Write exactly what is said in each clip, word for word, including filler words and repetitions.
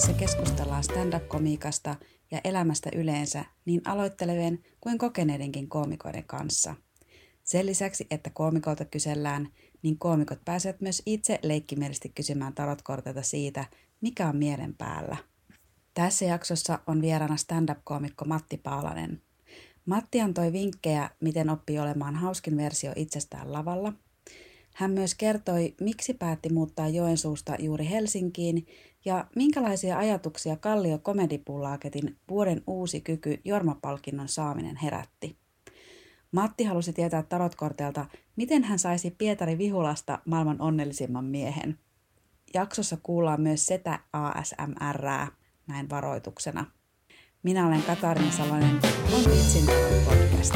podcastissa keskustellaan stand-up-komiikasta ja elämästä yleensä niin aloittelevien kuin kokeneidenkin koomikoiden kanssa. Sen lisäksi, että koomikolta kysellään, niin koomikot pääsevät myös itse leikkimielisesti kysymään tarotkorteilta siitä, mikä on mielen päällä. Tässä jaksossa on vieraana stand-up-koomikko Matti Paalanen. Matti antoi vinkkejä, miten oppii olemaan hauskin versio itsestään lavalla. Hän myös kertoi, miksi päätti muuttaa Joensuusta juuri Helsinkiin ja minkälaisia ajatuksia Kallio Comedy Bullaketin vuoden uusi kyky Jorma-palkinnon saaminen herätti. Matti halusi tietää tarotkorteilta, miten hän saisi Pietari Vihulasta maailman onnellisimman miehen. Jaksossa kuullaan myös Setä A S M R:ää näin varoituksena. Minä olen Katariina Salonen, on Vitsin talon podcast.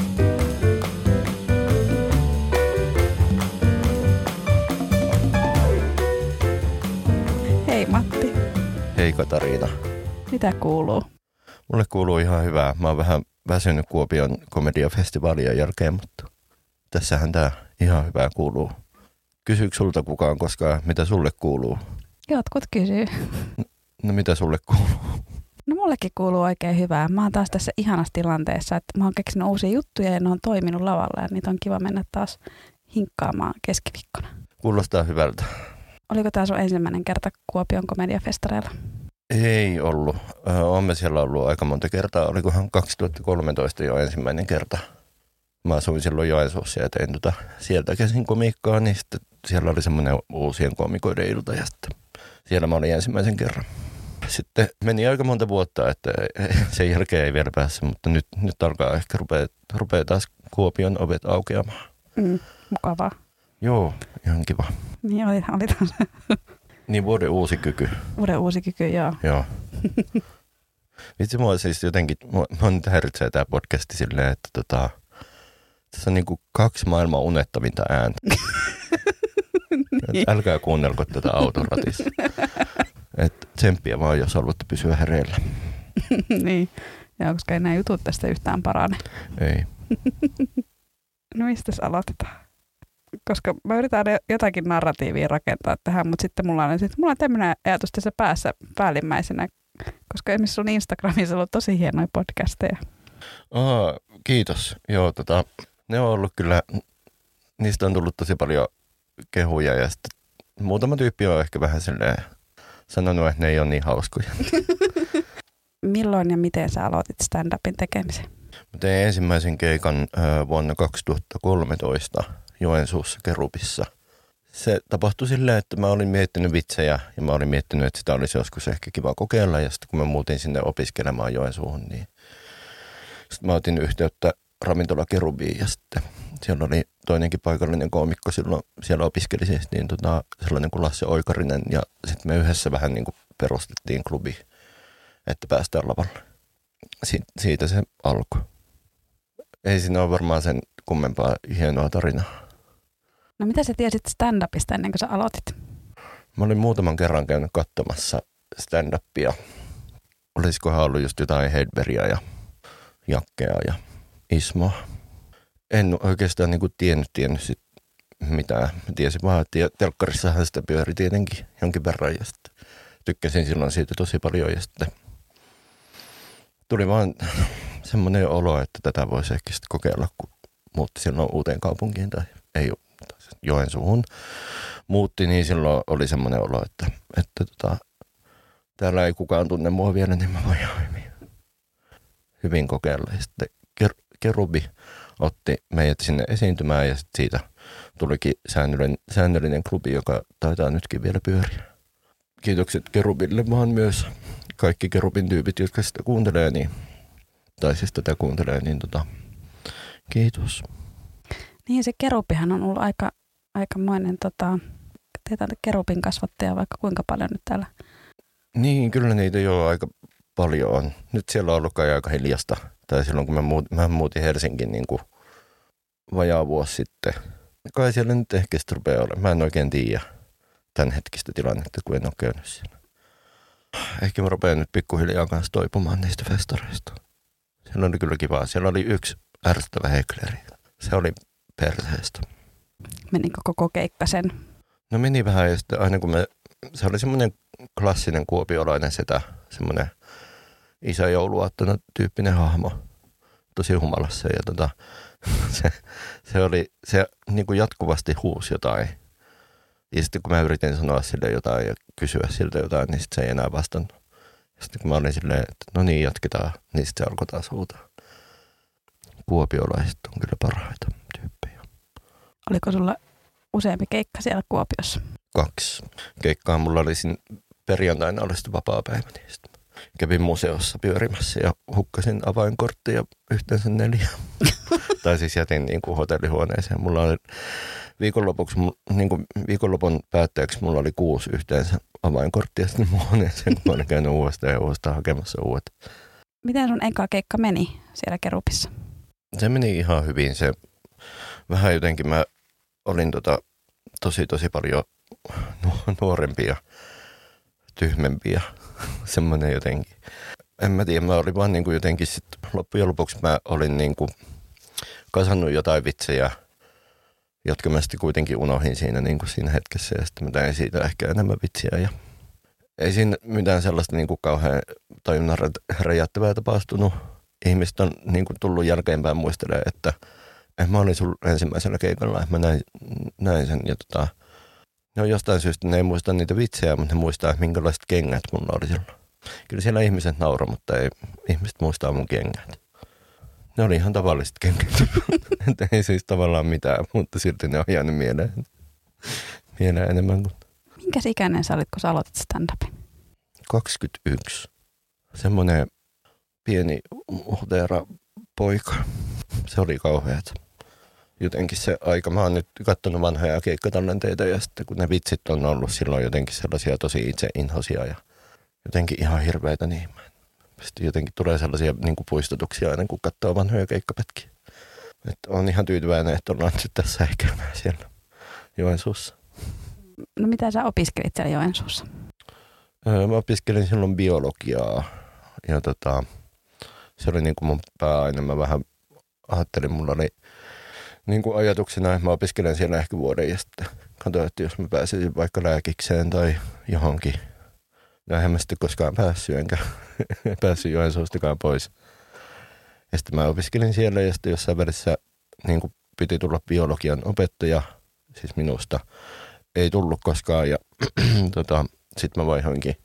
Hei Matti. Hei Katariina. Mitä kuuluu? Mulle kuuluu ihan hyvää. Mä oon vähän väsynyt Kuopion komediafestivaalien jälkeen, mutta tässähän tää ihan hyvää kuuluu. Kysyykö sulta kukaan koskaan, mitä sulle kuuluu? Jotkut kysyy. No mitä sulle kuuluu? No mullekin kuuluu oikein hyvää. Mä oon taas tässä ihanassa tilanteessa, että mä oon keksinyt uusia juttuja ja ne on toiminut lavalla ja niitä on kiva mennä taas hinkkaamaan keskiviikkona. Kuulostaa hyvältä. Oliko tää sun ensimmäinen kerta Kuopion komediafestareilla? Ei ollut. Olemme siellä ollut aika monta kertaa. Olikohan kaksituhattakolmetoista jo ensimmäinen kerta. Mä asuin silloin Joensuussa ja tein tota sieltä käsin komiikkaa, niin sitten siellä oli semmoinen uusien komikoiden ilta ja sitten siellä mä olin ensimmäisen kerran. Sitten meni aika monta vuotta, että sen jälkeen ei vielä päässyt, mutta nyt, nyt alkaa ehkä rupea, rupea taas Kuopion ovet aukeamaan. Mm, mukavaa. Joo, ihan kiva. Niin oli, oli taas. Niin vuoden uusi kyky. Vuoden uusi kyky, joo. Joo. Vitsi mua siis jotenkin, mua, mua nyt häiritsee tää podcasti silleen, että tota, tässä on niinku kaksi maailman unettavinta ääntä. Niin. Älkää kuunnelko tätä autoratissa. Et tsemppiä vaan, jos haluatte pysyä hereillä. Niin, ja koska ei nämä jutut tästä yhtään parane. Ei. No mistä aloitetaan? Koska mä yritän jotakin narratiivia rakentaa tähän, mutta sitten mulla on, sit mulla on tämmöinen ajatus tässä päässä päällimmäisenä, koska esimerkiksi sun Instagramissa on ollut tosi hienoja podcasteja. Oh, kiitos. Joo, tota, ne on ollut kyllä, niistä on tullut tosi paljon kehuja ja sitten muutama tyyppi on ehkä vähän silleen sanonut, että ne ei ole niin hauskoja. Milloin ja miten sä aloitit stand-upin tekemisen? Mä tein ensimmäisen keikan äh, vuonna kaksituhattakolmetoista Joensuussa Kerubissa. Se tapahtui silleen, että mä olin miettinyt vitsejä ja mä olin miettinyt, että sitä olisi joskus ehkä kiva kokeilla. Ja sitten kun mä muutin sinne opiskelemaan Joensuuhun, niin sitten mä otin yhteyttä ravintola Kerubiin ja sitten siellä oli toinenkin paikallinen koomikko silloin, siellä opiskeli siis, niin tota, sellainen kuin Lasse Oikarinen ja sitten me yhdessä vähän niin kuin perustettiin klubi, että päästään lavalle. Si- siitä se alkoi. Ei siinä ole varmaan sen kummempaa hienoa tarinaa. No mitä sä tiesit stand-upista ennen kuin sä aloitit? Mä olin muutaman kerran käynyt katsomassa stand-upia. Olisikohan ollut just jotain Hedbergia ja Jakkea ja Ismoa. En oikeastaan niin kuin tiennyt, tiennyt sit mitään. Mä tiesin vaan, että telkkarissahan sitä pyöri tietenkin jonkin verran ja sitten tykkäsin silloin siitä tosi paljon ja sitten tuli vaan semmoinen olo, että tätä voisi ehkä sitten kokeilla, kun muutti silloin uuteen kaupunkiin tai ei Joensuuhun muutti, niin silloin oli semmoinen olo, että, että tota, täällä ei kukaan tunne mua vielä, niin mä voin hyvin, hyvin kokeilla. Ja sitten Kerubi otti meidät sinne esiintymään ja sitten siitä tulikin säännöllinen, säännöllinen klubi, joka taitaa nytkin vielä pyöriä. Kiitokset Kerubille vaan myös kaikki Kerubin tyypit, jotka sitä kuuntelee, niin, tai siis tätä kuuntelee, niin tota, kiitos. Niin se Kerubihan on ollut aika, aikamoinen tota, teitä Kerubin kasvattaja vaikka kuinka paljon nyt täällä. Niin, kyllä niitä jo aika paljon on. Nyt siellä on ollut kai aika hiljasta. Tai silloin kun mä, muut, mä muutin Helsinkiin niin kuin vajaa vuosi sitten. Kai siellä nyt ehkä sitten rupeaa olemaan. Mä en oikein tiedä tämän hetkistä tilannetta, kun en ole käynyt siellä. Ehkä mä rupean nyt pikkuhiljaa kanssa toipumaan niistä festareista. Siellä oli kyllä kivaa. Siellä oli yksi ärsyttävä hekleri. Se oli perseestä. Menikö koko keikka sen? No meni vähän ja sitten aina kun me, se oli semmoinen klassinen kuopiolainen setä, semmoinen isä jouluaattona tyyppinen hahmo, tosi humalassa. Ja tota, se, se oli, se niin kuin jatkuvasti huusi jotain. Ja sitten kun mä yritin sanoa sille jotain ja kysyä siltä jotain, niin sitten se ei enää vastannut. Ja sitten kun mä olin silleen, että no niin, jatketaan, niin sitten se alkoi taas huutaa. Kuopiolaiset on kyllä parhaita tyyppejä. Oliko sulla useampi keikka siellä Kuopiossa? Kaksi keikkaa. Mulla oli siinä perjantaina oli sitten vapaa-päivä, niin sitten kävin museossa pyörimässä ja hukkasin avainkortteja yhteensä neljä. Tai siis jätin niin kuin hotellihuoneeseen. Mulla oli viikonlopuksi, niin kuin viikonlopun päätteeksi mulla oli kuusi yhteensä avainkorttia sitten mun huoneeseen, kun mä olin käynyt uudestaan ja uudestaan hakemassa uudet. Miten sun eka keikka meni siellä Kerupissa? Se meni ihan hyvin. Se vähän jotenkin mä olin tota, tosi tosi paljon nuorempi ja tyhmempi ja semmoinen jotenkin. En mä tiedä, mä olin vaan niin kuin jotenkin sitten loppujen lopuksi mä olin niin kuin kasannut jotain vitsejä, jotka mä sitten kuitenkin unohdin siinä, niin kuin siinä hetkessä ja sitten mä tein siitä ehkä enemmän vitsiä ja ei siinä mitään sellaista niin kuin kauhean tajunnan räjäyttävää tapahtunut. Ihmiset on niin kuin tullut jälkeenpäin muistelee, että eh, mä olin sun ensimmäisellä keikalla, että mä näin, näin sen ja tota, no jostain syystä ne ei muista niitä vitsejä, mutta ne muistaa, että minkälaiset kengät mulla oli silloin. Kyllä siellä ihmiset nauraa, mutta ei ihmiset muistaa mun kengät. Ne oli ihan tavalliset kengät. Ei siis tavallaan mitään, mutta silti ne on jäänyt mieleen, mieleen enemmän kuin... Minkäs ikäinen sä olit, kun sä aloitit stand-upin? kaksikymmentäyksi. Semmoinen pieni huteera poika. Se oli kauheata. Jotenkin se aika, mä oon nyt katsonut vanhoja keikkatallenteita ja sitten kun ne vitsit on ollut silloin jotenkin sellaisia tosi itseinhoisia ja jotenkin ihan hirveitä, niin sitten jotenkin tulee sellaisia niin kuin puistutuksia aina kun katsoo vanhoja keikkapätkiä. Että on ihan tyytyväinen, että ollaan nyt tässä ehkä siellä Joensuussa. No mitä sä opiskelit siellä Joensuussa? Öö, mä opiskelin silloin biologiaa ja tota, se oli niin kuin mun pääaine. Mä vähän ajattelin, mulla oli niin kuin ajatuksena, että mä opiskelen siellä ehkä vuoden ja sitten katsoin, että jos mä pääsisin vaikka lääkikseen tai johonkin. No eihän mä sitten koskaan päässyt, enkä päässyt Joensuustakaan pois. Ja sitten mä opiskelin siellä ja sitten jossain välissä niin kuin piti tulla biologian opettaja, siis minusta. Ei tullut koskaan ja tota, sitten mä vaihoinkin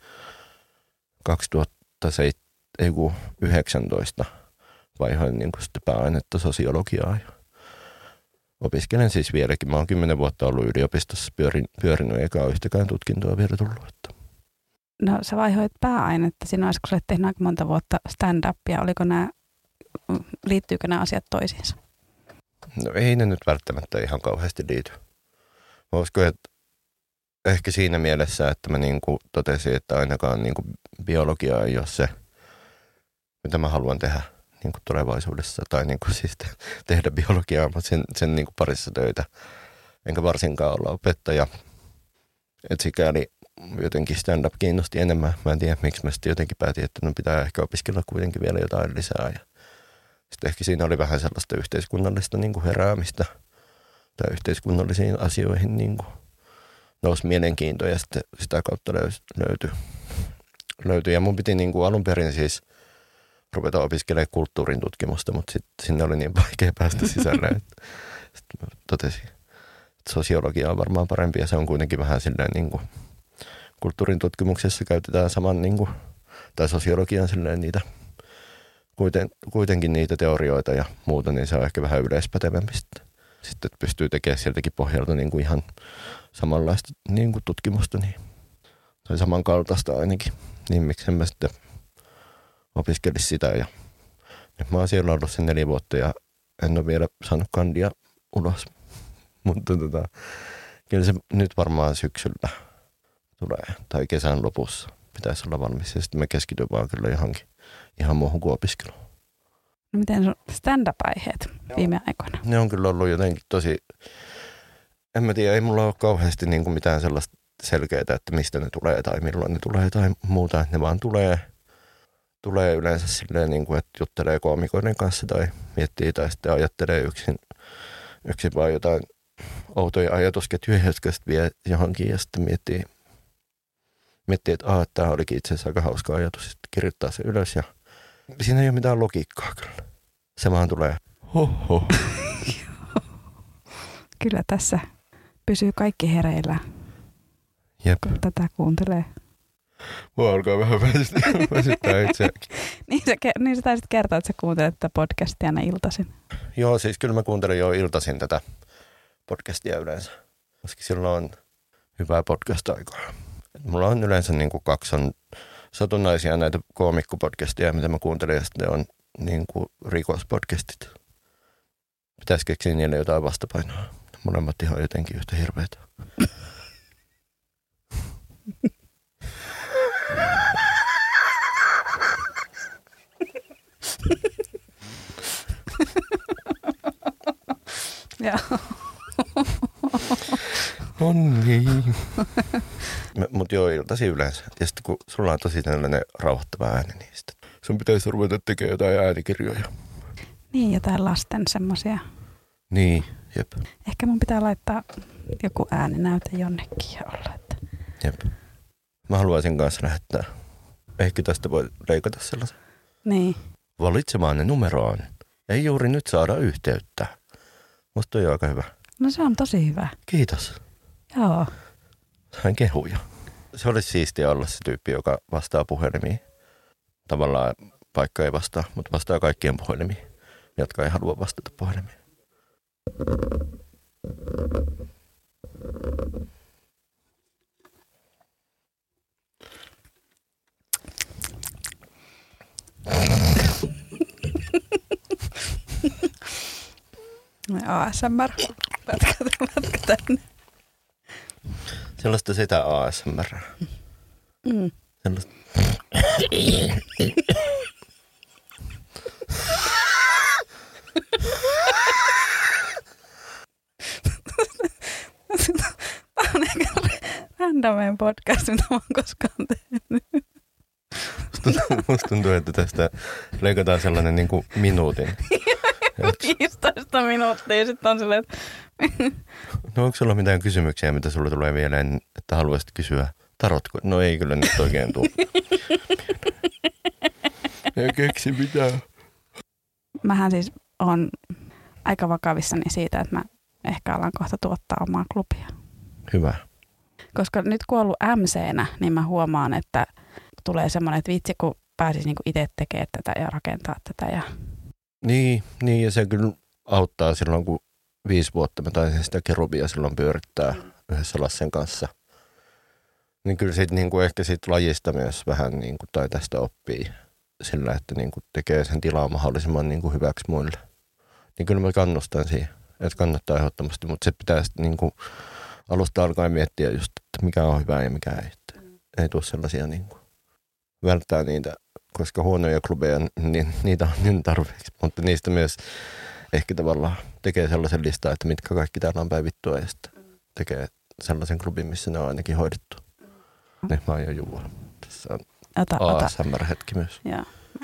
kaksituhattayhdeksäntoista vaihoin niin kuin sitten pääainetta sosiologiaa. Ja opiskelen siis vieläkin. Mä oon kymmenen vuotta ollut yliopistossa pyörin, pyörinyt eikä ole yhtäkään tutkintoa vielä tullut. Että. No sä vaihoit pääainetta. Siinä olisiko sä tehnyt aika monta vuotta stand-upia. Oliko nämä, liittyykö nämä asiat toisiinsa? No ei ne nyt välttämättä ihan kauheasti liity. Mä uskon, että ehkä siinä mielessä, että mä niin kuin totesin, että ainakaan niin kuin biologia ei ole se, mitä mä haluan tehdä niin kuin tulevaisuudessa. Tai niin kuin siis te- tehdä biologiaa, mutta sen, sen niin kuin parissa töitä. Enkä varsinkaan olla opettaja. Että sikäli jotenkin stand-up kiinnosti enemmän. Mä en tiedä, miksi mä sitten jotenkin päätin, että no pitää ehkä opiskella kuitenkin vielä jotain lisää. Ja sitten ehkä siinä oli vähän sellaista yhteiskunnallista niin kuin heräämistä tai yhteiskunnallisiin asioihin niin kuin nousi mielenkiinto ja sitten sitä kautta löytyi. löytyi. Ja mun piti niin kuin alun perin siis ruveta opiskelemaan kulttuurin tutkimusta, mutta sitten sinne oli niin vaikea päästä sisälle, että sitten totesin, että sosiologia on varmaan parempi ja se on kuitenkin vähän silleen niin kuin kulttuurin tutkimuksessa käytetään saman niin kuin, tai sosiologian silleen niitä, kuiten, kuitenkin niitä teorioita ja muuta, niin se on ehkä vähän yleispätevämpi sitten. Sitten että pystyy tekemään sieltäkin pohjalta niin kuin ihan samanlaista niin kuin tutkimusta niin, tai samankaltaista ainakin, niin miksi en mä sitten opiskelisi sitä. Ja nyt mä oon siellä ollut sen neljä vuotta ja en ole vielä saanut kandia ulos, mutta tota, kyllä se nyt varmaan syksyllä tulee tai kesän lopussa pitäisi olla valmis ja sitten mä keskityn vaan kyllä johonkin ihan muuhun kuin opiskeluun. No miten sun stand-up-aiheet viime aikoina? Ne on kyllä ollut jotenkin tosi, en mä tiedä, ei mulla ole kauheasti niin kuin mitään sellaista selkeää, että mistä ne tulee tai milloin ne tulee tai muuta. Ne vaan tulee, tulee yleensä silleen, niin kuin, että juttelee koomikoiden kanssa tai miettii tai sitten ajattelee yksin, yksin vaan jotain outoja ajatusketjuja, jotka sitten vie johonkin ja sitten miettii, miettii, että ah, tämä olikin itse asiassa aika hauska ajatus, sitten kirjoittaa se ylös ja siinä ei ole mitään logiikkaa kyllä. Se vaan tulee hoho. Kyllä tässä pysyy kaikki hereillä, Jep. kun tätä kuuntelee. Mua alkaa vähän väsyttää itseäkin. niin, sä, niin sä taisit kertoa, että sä kuuntelet tätä podcastia aina iltaisin. Joo, siis kyllä mä kuuntelen jo iltaisin tätä podcastia yleensä. Koska silloin on hyvää podcast-aikaa. Mulla on yleensä niin kuin kaksi on satunnaisia näitä koomikkopodcasteja, mitä mä kuuntelen, ja sitten on niin kuin rikospodcastit. Pitäisi keksiä niille jotain vastapainoa. Molemmat ihan jotenkin yhtä hirveitä. Joo. No niin. Mutta joo, iltasi yleensä. Ja sitten kun sulla on tosi tällainen rauhoittava ääni, niin sitten sun pitäisi ruveta tekemään jotain äänikirjoja. Niin, jotain lasten semmosia. Niin, jep. Ehkä mun pitää laittaa joku ääninäyte jonnekin ja olla, että... Jep. Mä haluaisin kanssa lähettää. Ehkä tästä voi leikata sellaisen. Niin. Valitsemaanne numeroon. Ei juuri nyt saada yhteyttä. Musta on jo aika hyvä. No se on tosi hyvä. Kiitos. Joo. Sain kehuja. Se olisi siistiä olla se tyyppi, joka vastaa puhelimiin. Tavallaan paikka ei vastaa, mutta vastaa kaikkien puhelimiin, jotka ei halua vastata puhelimiin. A S M R. Pätkä, pätkä tänne. Sellaista sitä A S M R. Mm. Sellaista. Tämä on ehkä randomeen podcast, mitä mä oon koskaan tehnyt. Musta tuntuu, että tästä leikataan sellainen niin kuin minuutin. viisitoista minuuttia sitten on silleen, että... No onko sulla mitään kysymyksiä, mitä sulle tulee mieleen, että haluaisit kysyä? Tarotko? No ei kyllä nyt oikein tule. Ei keksi mitään. Mähän siis on aika vakavissani siitä, että mä ehkä alan kohta tuottaa omaa klubia. Hyvä. Koska nyt kun on ollut M C:nä, niin mä huomaan, että tulee semmoinen, että vitsi kun pääsis niinku itse tekemään tätä ja rakentaa tätä. Ja... Niin, niin, ja se kyllä auttaa silloin, kun viisi vuotta mä taisin sitä kerubia silloin pyörittää yhdessä Lassen kanssa. Niin kyllä siitä niin kuin ehkä siitä lajista myös vähän niin kuin, tai tästä oppii sillä, että niin kuin tekee sen tilaa mahdollisimman niin kuin hyväksi muille. Niin kyllä mä kannustan siihen, että kannattaa ehdottomasti, mutta se pitää sitten niin kuin alusta alkaen miettiä just, että mikä on hyvää ja mikä ei. Että ei tule sellaisia niin kuin välttää niitä, koska huonoja klubeja, niin niitä on niin tarpeeksi, mutta niistä myös ehkä tavallaan tekee sellaisen listan, että mitkä kaikki täällä on päivittyä ja sitten tekee sellaisen klubin, missä ne on ainakin hoidettu. Niin mä aion juua. Tässä on ota, A S M R-hetki myös. Joo.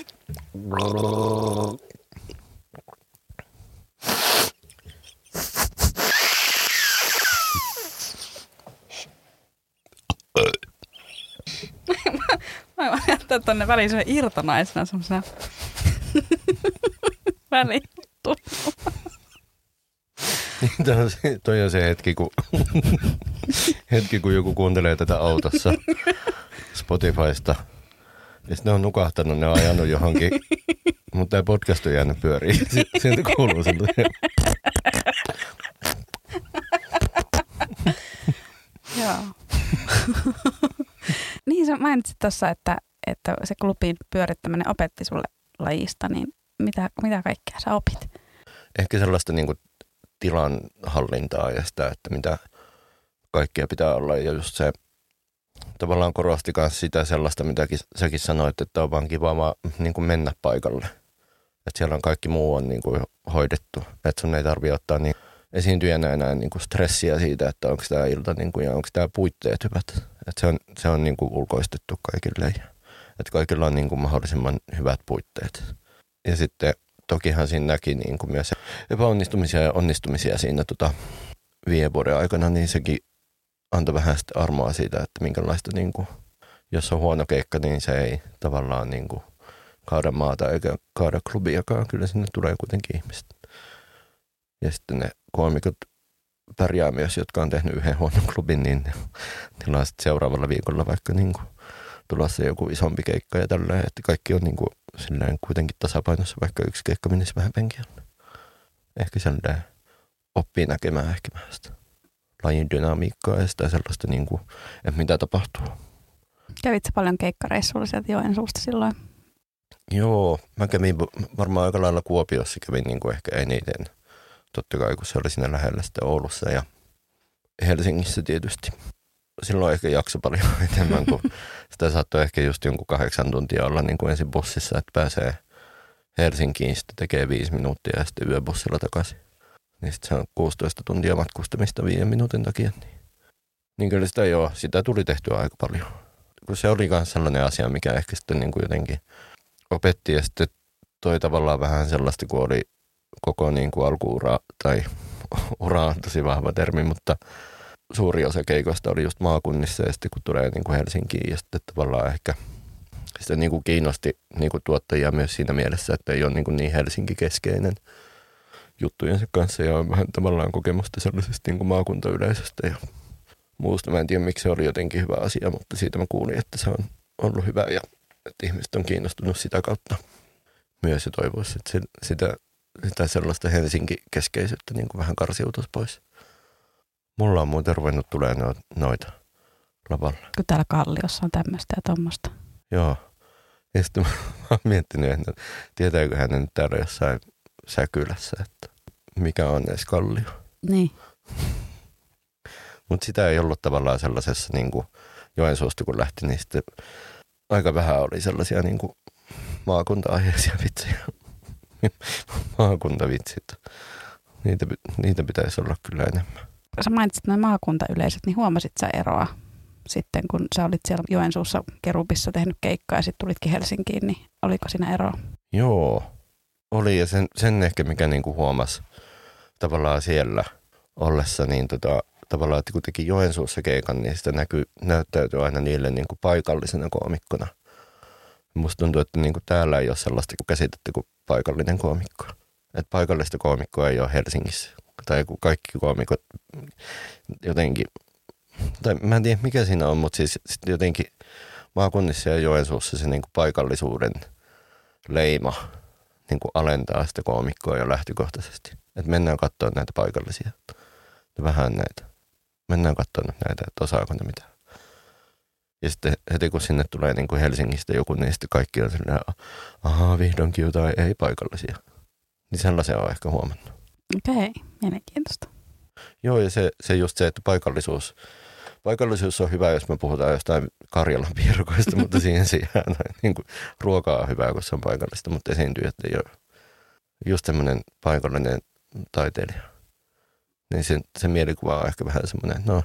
Mä voin jättää tonne väliin semmoinen irtonaisena semmoisena välijuttu. Niin, on se, toi on se hetki, kun, hetki, kun joku kuuntelee tätä autossa Spotifysta. Ja sitten ne on nukahtanut, ne on ajanut johonkin, mutta tämä podcast on jäänyt pyöriin. Sieltä kuuluu sellainen. Joo. Niin sä mainitsit tuossa, että, että se klubin pyörittäminen opetti sulle lajista, niin mitä, mitä kaikkea sä opit? Ehkä sellaista niin kuin tilan hallintaa ja sitä, että mitä kaikkea pitää olla. Ja just se tavallaan korosti myös sitä sellaista, mitä säkin sanoit, että on vaan kiva vaan niin kuin mennä paikalle. Että siellä on kaikki muu on niin kuin hoidettu. Että sun ei tarvitse ottaa niin esiintyjänä enää niin kuin stressiä siitä, että onko tämä ilta niin kuin, ja onko tämä puitteet hyvät. Että se on, se on niin kuin ulkoistettu kaikille. Että kaikilla on niin kuin mahdollisimman hyvät puitteet. Ja sitten tokihan siinä näki niin kuin myös epäonnistumisia ja onnistumisia siinä tota, viiden vuoden aikana, niin sekin antoi vähän sitten armoa siitä, että minkälaista niin kuin jos on huono keikka, niin se ei tavallaan niin kuin kaada maata eikä kaada klubiakaan. Kyllä sinne tulee kuitenkin ihmiset. Ja sitten ne koomikot pärjää myös, jotka on tehnyt yhden huonon klubin, niin niillä on sitten seuraavalla viikolla vaikka niin kuin tulossa joku isompi keikka ja tälleen, että kaikki on niin kuin silleen kuitenkin tasapainossa, vaikka yksi keikka menisi vähän penkiä. Ehkä sellainen oppii näkemään ehkä vähän sitä lajin dynamiikkaa ja sitä sellaista, niin kuin, että mitä tapahtuu. Kävitsä paljon keikkareissuilla sieltä Joensuusta silloin? Joo, mä kävin varmaan aika lailla Kuopiossa, kävin niin kuin ehkä eniten. Totta kai, kun se oli siinä lähellä sitten Oulussa ja Helsingissä tietysti. Silloin ehkä jakso paljon enemmän, kun sitä saattoi ehkä just jonkun kahdeksan tuntia olla niin kuin ensin bussissa, että pääsee Helsinkiin, sitten tekee viisi minuuttia ja sitten yöbussilla takaisin. Niin sitten se on kuusitoista tuntia matkustamista viiden minuutin takia. Niin, niin kyllä sitä joo, sitä tuli tehtyä aika paljon. Kun se oli myös sellainen asia, mikä ehkä sitten niin kuin jotenkin opetti ja sitten toi tavallaan vähän sellaista, kun oli koko niin kuin alkuura, tai ura on tosi vahva termi, mutta suuri osa keikoista oli just maakunnissa ja sitten kun tulee niin kuin Helsinkiin ja sitten tavallaan ehkä sitä niin kuin kiinnosti niin kuin tuottajia myös siinä mielessä, että ei ole niin, kuin niin Helsinki-keskeinen juttujensa kanssa ja on vähän tavallaan kokemusta sellaisesta niin kuin maakuntayleisöstä ja muusta. Mä en tiedä, miksi se oli jotenkin hyvä asia, mutta siitä mä kuulin, että se on ollut hyvä ja että ihmiset on kiinnostunut sitä kautta myös ja toivoisi, että se, sitä, sitä sellaista Helsinki-keskeisyyttä niin kuin vähän karsiutuisi pois. Mulla on muuten ruvennut tulee no, noita lavalla. Kun täällä Kalliossa on tämmöistä ja tommoista. Joo. Ja sitten mä oon miettinyt, että tietääkö hän nyt täällä jossain Säkylässä, että mikä on edes Kallio. Niin. Mutta sitä ei ollut tavallaan sellaisessa niin kuin Joensuusta kun lähti, niin sitten aika vähän oli sellaisia niin kuin maakunta-aiheisia vitsejä. Maakuntavitsit. Niitä, niitä pitäisi olla kyllä enemmän. Sä mainitsit nämä maakuntayleisöt, niin huomasit sä eroa sitten, kun sä olit siellä Joensuussa Kerubissa tehnyt keikkaa ja sitten tulitkin Helsinkiin, niin oliko siinä eroa? Joo, oli ja sen, sen ehkä mikä niinku huomasi tavallaan siellä ollessa, niin tota, tavallaan, että kun teki Joensuussa keikan, niin sitä näkyy, näyttäytyy aina niille niinku paikallisena koomikkona. Musta tuntuu, että niinku täällä ei ole sellaista käsitettä kuin paikallinen koomikko. Että paikallista koomikkoa ei ole Helsingissä. Tai kun kaikki koomikot jotenkin, tai mä en tiedä mikä siinä on, mutta siis jotenkin maakunnissa ja Joensuussa se niinku paikallisuuden leima niinku alentaa sitä koomikkoa jo lähtökohtaisesti. Että mennään katsomaan näitä paikallisia. Vähän näitä. Mennään katsomaan näitä, että osaako ne mitään. Ja sitten heti kun sinne tulee niinku Helsingistä joku, niin sitten kaikki on sellainen, ahaa vihdoinkin jotain ei paikallisia. Niin sellaisen on ehkä huomannut. Okei, mielenkiintoista. Joo, ja se, se just se, että paikallisuus, paikallisuus on hyvä, jos me puhutaan jostain Karjalan piirakoista, mutta siihen se jää noin. Niin kuin, ruokaa on hyvää, kun se on paikallista, mutta esiintyjät ei ole just semmoinen paikallinen taiteilija. Niin se, se mielikuva on ehkä vähän semmoinen, no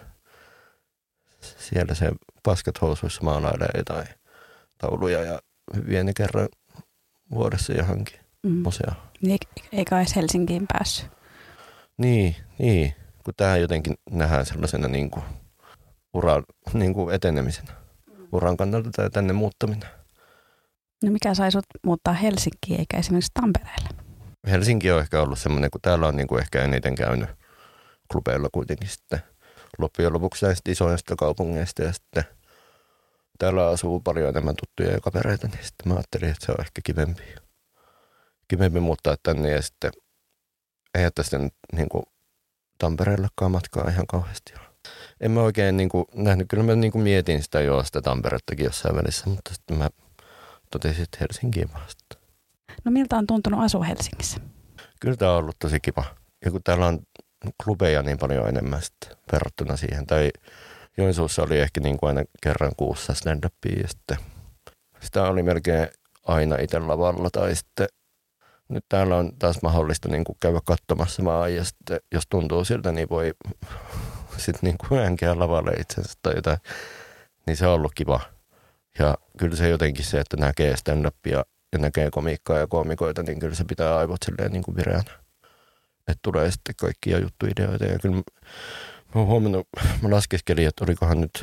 siellä se paskat housuissa maalailee jotain tauluja ja vie ne kerran vuodessa johonkin mm. museoon. Eikä edes Helsinkiin päässyt. Niin, niin, kun tämä jotenkin nähdään sellaisena niin kuin uran niin kuin etenemisenä. Uran kannalta tai tänne muuttaminen. No mikä sai sut muuttaa Helsinkiin eikä esimerkiksi Tampereelle? Helsinki on ehkä ollut semmoinen, kun täällä on niin kuin ehkä eniten käynyt klubeilla kuitenkin sitten loppujen lopuksi näistä isoista kaupungeista ja sitten täällä asuu paljon enemmän tuttuja ja kavereita, niin sitten mä ajattelin, että se on ehkä kivempi. Kivempi muuttaa tänne ja sitten ei jättä sitten niin kuin Tampereellekaan matkaa ihan kauheasti. En mä oikein niin kuin nähnyt, kyllä mä niin kuin mietin sitä jo sitä Tamperettakin jossain välissä, mutta sitten mä totesin, että Helsinkiin vasta. No miltä on tuntunut asua Helsingissä? Kyllä tämä on ollut tosi kiva. Ja kun täällä on klubeja niin paljon enemmän sitten verrattuna siihen. Tai Joensuussa oli ehkä niin kuin aina kerran kuussa stand-upia ja sitten sitä oli melkein aina itse lavalla tai sitten nyt täällä on taas mahdollista niin kuin käydä katsomassa vaan ja sitten jos tuntuu siltä, niin voi sitten niin kuin änkeä lavalle itsensä tai jotain. Niin se on ollut kiva. Ja kyllä se jotenkin se, että näkee stand-upia ja näkee komiikkaa ja koomikoita, niin kyllä se pitää aivot silleen niin kuin vireänä. Että tulee sitten kaikkia juttuideoita. Ja kyllä mä oon huomannut, mä laskeskelin, että olikohan nyt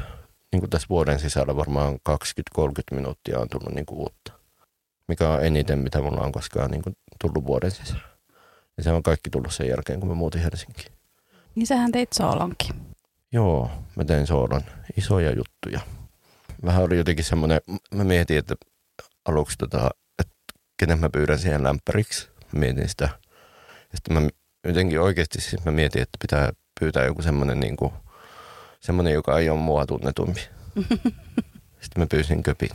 niin kuin tässä vuoden sisällä varmaan kaksikymmentä kolmekymmentä minuuttia on tullut niin kuin uutta. Mikä on eniten, mitä mulla on koskaan niin kuin tullut vuoden sisällä. Ja se on kaikki tullut sen jälkeen, kun mä muutin Helsinkiin. Niin sähän teit soolonkin. Joo, mä tein soolon. Isoja juttuja. Vähän oli jotenkin semmoinen, mä mietin, että aluksi tota, että kenen mä pyydän siihen lämpäriksi. Mä mietin sitä. Ja sitten mä jotenkin oikeasti siis mä mietin, että pitää pyytää joku semmoinen, niin kuin, semmoinen joka ei ole mua tunnetumpi. Sitten mä pyysin Köpin.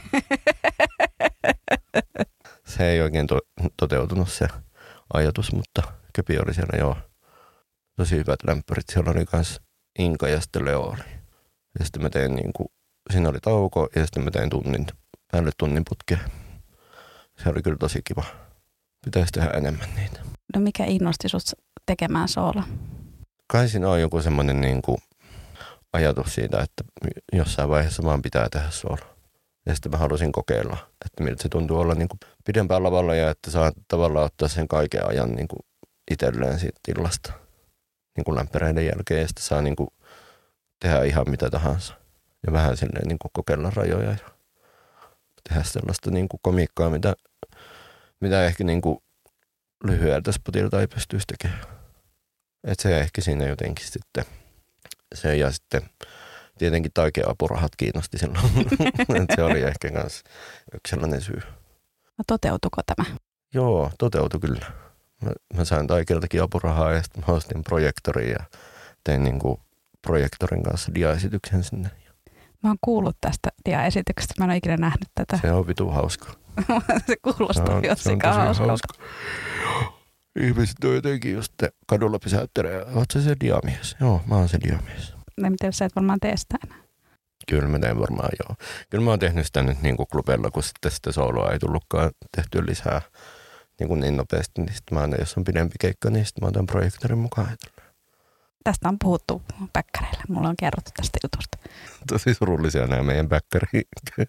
Se ei oikein to- toteutunut se ajatus, mutta Köpi oli siellä joo. Tosi hyvät lämpärit. Siellä oli myös Inka ja sitten Leo oli. Ja sitten mä tein niin kuin, siinä oli tauko ja sitten mä tein tunnin, päälle tunnin putkea. Se oli kyllä tosi kiva. Pitäisi tehdä enemmän niitä. No mikä innosti sut tekemään soola? Kai siinä on joku semmoinen niin kuin ajatus siitä, että jossain vaiheessa vaan pitää tehdä soola. Ja sitten mä halusin kokeilla, että miltä se tuntuu olla niin kuin pidempään lavalla ja että saa tavallaan ottaa sen kaiken ajan niin kuin itselleen siitä illasta niin kuin lämpäreiden jälkeen. Ja sitten saa niin kuin tehdä ihan mitä tahansa ja vähän silleen niin kuin kokeilla rajoja ja tehdä sellaista niin kuin komiikkaa, mitä, mitä ehkä niin kuin lyhyeltä spotilta ei pystyisi tekemään. Että se ehkä siinä jotenkin sitten se ja sitten tietenkin taikeapurahat kiinnosti silloin. Se oli ehkä myös yksi sellainen syy. No toteutuko tämä? Joo, toteutui kyllä. Mä, mä sain taikeiltakin apurahaa ja sitten mä ostin projektorin ja tein niinku projektorin kanssa diaesityksen sinne. Mä oon kuullut tästä diaesityksestä. Mä en ole ikinä nähnyt tätä. Se on vitu hauska. Se kuulostaa jossikaan hauskalta. Hauska. Ihmiset on jotenkin just kadulla pysäyttelee. Oot sä se diamies? Joo, mä oon se diamies. En tiedä, sä et varmaan tee sitä enää. Kyllä mä teen varmaan joo. Kyllä mä oon tehnyt sitä nyt niin kuin klubella, kun sitten sitä sooloa ei tullutkaan tehtyä lisää niin, kuin niin nopeasti. Niin sitten mä aina, jos on pidempi keikka, niin sitten mä otan projektorin mukaan. Tästä on puhuttu päkkäreillä. Mulla on kerrottu tästä jutusta. Tosi surullisia nämä meidän päkkäri.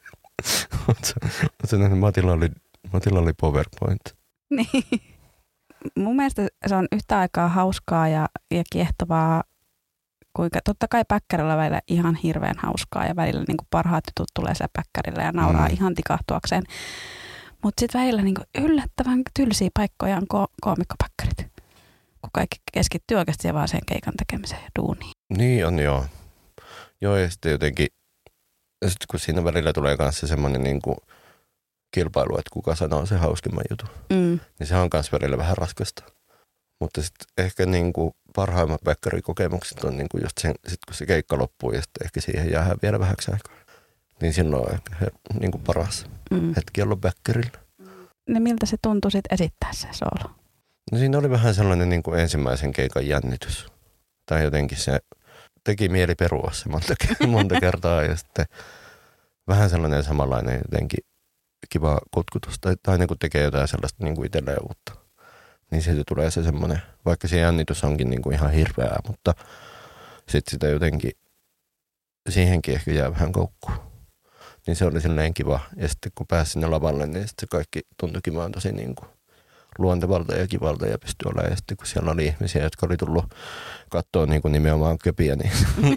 Oletko nähnyt, Matilla oli, Matilla oli PowerPoint. Niin. Mun mielestä se on yhtä aikaa hauskaa ja, ja kiehtovaa, kuinka totta kai päkkärillä välillä ihan hirveän hauskaa ja välillä niin kuin parhaat jutut tulee siellä päkkärillä ja nauraa mm. ihan tikahtuakseen. Mutta sitten välillä niin kuin yllättävän tylsiä paikkoja on ko- koomikkopäkkärit, kun kaikki keskittyy oikeasti vaan sen keikan tekemiseen ja duuniin. Niin on joo. Joo ja sitten jotenkin, sit kun siinä välillä tulee kanssa semmoinen niin kuin kilpailu, että kuka sanoo se hauskimman jutun, mm. niin se on myös välillä vähän raskasta. Mutta sitten ehkä niinku parhaimmat päkkärikokemukset on niinku just sen, sit kun se keikka loppuu ja sitten ehkä siihen jää vielä vähäksi aikaa. Niin silloin on ehkä niinku paras mm. hetki olla päkkärillä. No miltä se tuntui sitten esittää se soolo? No siinä oli vähän sellainen niinku ensimmäisen keikan jännitys. Tai jotenkin se teki mieli perua se monta, monta kertaa ja sitten vähän sellainen samanlainen jotenkin kiva kutkutus. Tai, tai niinku tekee jotain sellaista niinku itselleen uutta. Niin siitä tulee se semmoinen, vaikka se jännitys onkin niinku ihan hirveää, mutta sitten sitä jotenkin, siihenkin ehkä jää vähän koukkuun. Niin se oli silleen kiva. Ja sitten kun pääsi sinne lavalle, niin sitten se kaikki tuntuikin vaan tosi niinku luontevalta ja kivalta ja pystyi olemaan. Ja sitten kun siellä oli ihmisiä, jotka oli tullut katsoa niinku nimenomaan Köpiä, niin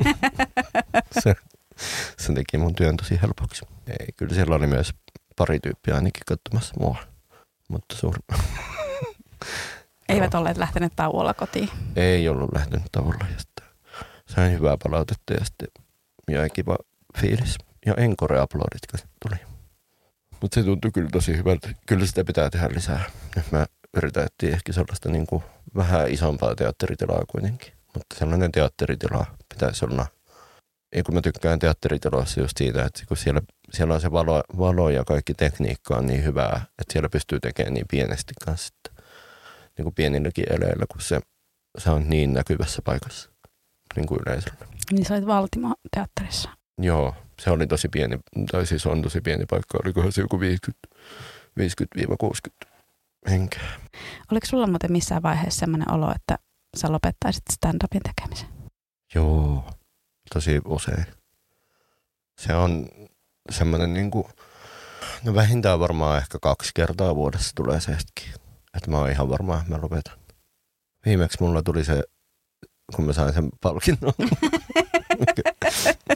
se, se teki mun työn tosi helpoksi. Ei, kyllä siellä oli myös pari tyyppiä ainakin katsomassa mua, mutta suuri. Eivät olleet lähteneet tauolla kotiin. Ei ollut lähtenyt tauolla ja sitten sain hyvää palautetta ja sitten jäi kiva fiilis. Ja encore-aplodit tuli. Mutta se tuntui kyllä tosi hyvältä. Kyllä sitä pitää tehdä lisää. Nyt mä yritän etsiä ehkä sellaista niin kuin vähän isompaa teatteritilaa kuitenkin. Mutta sellainen teatteritila pitäisi olla. Ja kun mä tykkään teatteritiloissa just siitä, että kun siellä, siellä on se valo, valo ja kaikki tekniikka on niin hyvää, että siellä pystyy tekemään niin pienesti kanssa. Niin kuin pienilläkin eleillä, kun se, se on niin näkyvässä paikassa niin kuin yleisöllä. Niin sä olit Valtimo-teatterissa. Joo, se oli tosi pieni, tai siis on tosi pieni paikka. Olikohan se joku viisikymmentä kuusikymmentä henkeä. Oliko sulla muuten missään vaiheessa sellainen olo, että sä lopettaisit stand-upin tekemisen? Joo, tosi usein. Se on semmoinen niin kuin, no vähintään varmaan ehkä kaksi kertaa vuodessa tulee se hetki. Että mä oon ihan varma, että mä lopetan. Viimeksi mulla tuli se, kun mä sain sen palkinnon, mikä,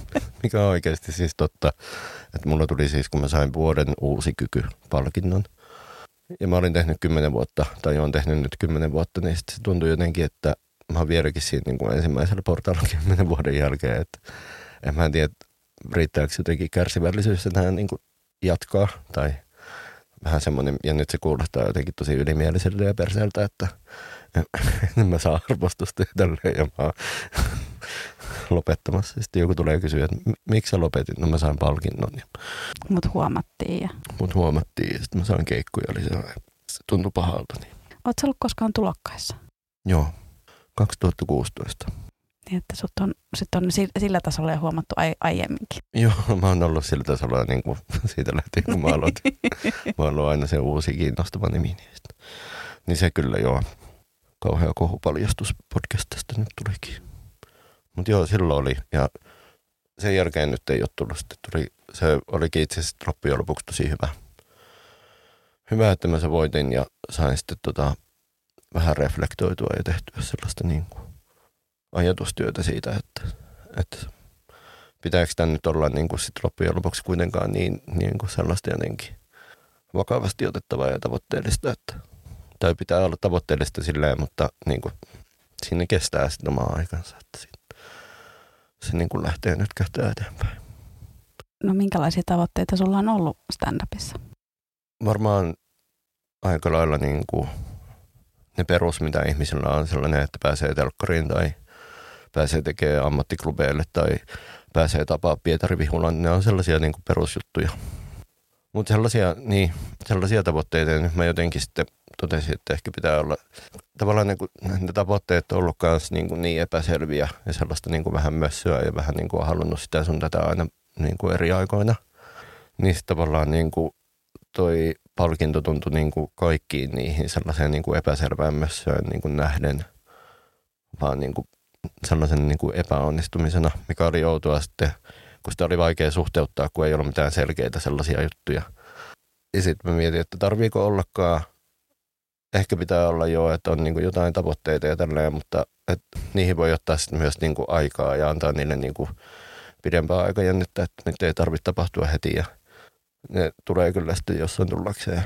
mikä on oikeasti siis totta. Että mulla tuli siis, kun mä sain vuoden uusi kyky-palkinnon. Ja mä olin tehnyt kymmenen vuotta, tai oon tehnyt nyt kymmenen vuotta, niin sitten se tuntui jotenkin, että mä oon vieläkin siinä niin kuin ensimmäisellä portaalla kymmenen vuoden jälkeen. Että en mä tiedä, riittääkö jotenkin kärsivällisyys enää niin kuin jatkaa, tai vähän semmoinen, ja nyt se kuulostaa jotenkin tosi ylimieliseltä ja perseeltä, että en mä saa arvostusta ja tälleen, ja mä oon lopettamassa. Sitten joku tulee kysyä, että miksi sä lopetit? No mä sain palkinnon. Mut huomattiin. Ja... Mut huomattiin, ja sitten mä sain keikkuja, eli se, se tuntui pahalta. Niin. Oot sä ollut koskaan tulokkaissa? Joo, kaksituhattakuusitoista. Niin, että sut on, sit on sillä tasolla jo huomattu ai, aiemminkin. Joo, mä oon ollut sillä tasolla niin kuin siitä lähtien, kun mä aloitin. Mä oon ollut aina se uusi kiinnostava nimi. Niin se kyllä joo, kauhea kohupaljastus podcastista nyt tulikin. Mutta joo, silloin oli. Ja sen jälkeen nyt ei ole tullut. Sitten tuli, se olikin itse asiassa loppujen lopuksi tosi hyvä. Hyvä, että mä se voitin ja sain sitten tota, vähän reflektoitua ja tehtyä sellaista niin kuin ajatustyötä siitä, että, että pitääkö tämä nyt olla niin kuin sit loppujen lopuksi kuitenkaan niin, niin kuin sellaista jotenkin vakavasti otettavaa ja tavoitteellista, että, tai pitää olla tavoitteellista silleen, mutta niin kuin, siinä kestää sitten omaa aikansa, että siinä, se niin kuin lähtee nyt kähtää eteenpäin. No minkälaisia tavoitteita sulla on ollut stand-upissa? Varmaan aika lailla niin kuin ne perus, mitä ihmisillä on sellainen, että pääsee telkkariin tai pääsee tekemään ammattiklubeille tai pääsee tapaa Pietari Vihulan, ne on sellaisia niin kuin perusjuttuja. Mutta sellaisia, niin, sellaisia tavoitteita, ja nyt mä jotenkin sitten totesin, että ehkä pitää olla, tavallaan niin kuin, ne tavoitteet on ollut myös niin, kuin niin epäselviä ja sellaista niin kuin vähän mössöä ja vähän niin kuin on halunnut sitä sun tätä aina niin kuin eri aikoina. Niin sitten tavallaan niin kuin toi palkinto tuntui niin kuin kaikkiin niihin sellaiseen niin kuin epäselvään mössöön niin kuin nähden, vaan niin kuin sellaisen niin kuin epäonnistumisena, mikä oli outoa sitten, kun sitä oli vaikea suhteuttaa, kun ei ollut mitään selkeitä sellaisia juttuja. Ja sitten mä mietin, että tarviiko ollakaan, ehkä pitää olla jo, että on niin kuin jotain tavoitteita ja tälleen, mutta että niihin voi ottaa sitten myös niin kuin aikaa ja antaa niille niin kuin pidempää aikajännettä, että nyt ei tarvitse tapahtua heti ja ne tulee kyllä sitten jossain tullakseen.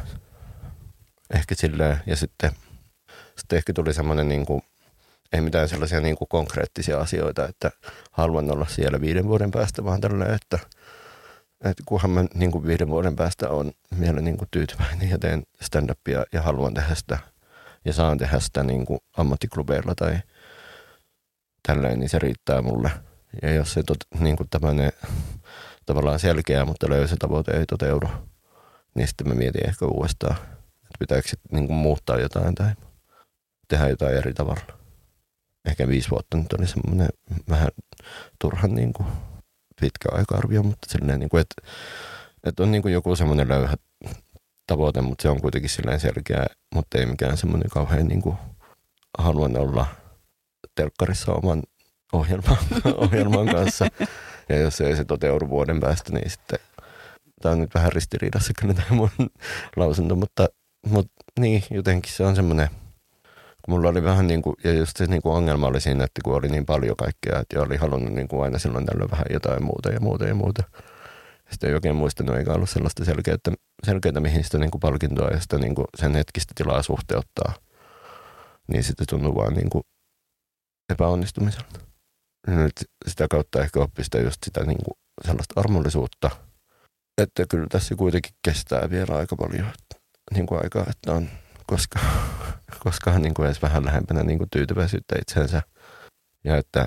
Ehkä silleen. Ja sitten, sitten ehkä tuli semmoinen, niin kuin, ei mitään sellaisia niin kuin konkreettisia asioita, että haluan olla siellä viiden vuoden päästä, vaan tälleen, että, että kunhan mä niin kuin viiden vuoden päästä on vielä niin kuin tyytyväinen ja teen stand-upia ja haluan tehdä sitä ja saan tehdä sitä niin kuin ammattiklubeilla tai tälleen, niin se riittää mulle. Ja jos se tot, niin kuin tämmöinen tavallaan selkeä, mutta löysä tavoite ei toteudu, niin sitten mä mietin ehkä uudestaan, että pitääkö sitten niin kuin muuttaa jotain tai tehdä jotain eri tavalla. Ehkä viisi vuotta nyt oli semmoinen vähän turhan niin kuin pitkä aika-arvio, mutta silleen, niin kuin, että, että on niin kuin joku semmoinen löyhä tavoite, mutta se on kuitenkin silleen selkeä, mutta ei mikään semmoinen kauhean niin kuin haluan olla telkkarissa oman ohjelman, ohjelman kanssa. Ja jos ei se toteudu vuoden päästä, niin sitten tämä on nyt vähän ristiriidassa kyllä tämä mun lausunto, mutta, mutta niin, jotenkin se on semmoinen, kun mulla oli vähän niin kuin, ja just se niin kuin ongelma oli siinä, että kun oli niin paljon kaikkea, että oli halunnut niin kuin aina silloin tällöin vähän jotain muuta ja muuta ja muuta. Sitten ei oikein muistanut, eikä ollut sellaista selkeää, selkeää mihin sitä niin kuin palkintoa ja sitä niin kuin sen hetkistä tilaa suhteuttaa. Niin sitten tuntuu vaan niin kuin epäonnistumiselta. Nyt sitä kautta ehkä oppii sitä just sitä niin kuin sellaista armollisuutta, että kyllä tässä kuitenkin kestää vielä aika paljon niin kuin aikaa, että on koska, koskaan niin kuin edes vähän lähempänä niin kuin tyytyväisyyttä itseensä. Ja että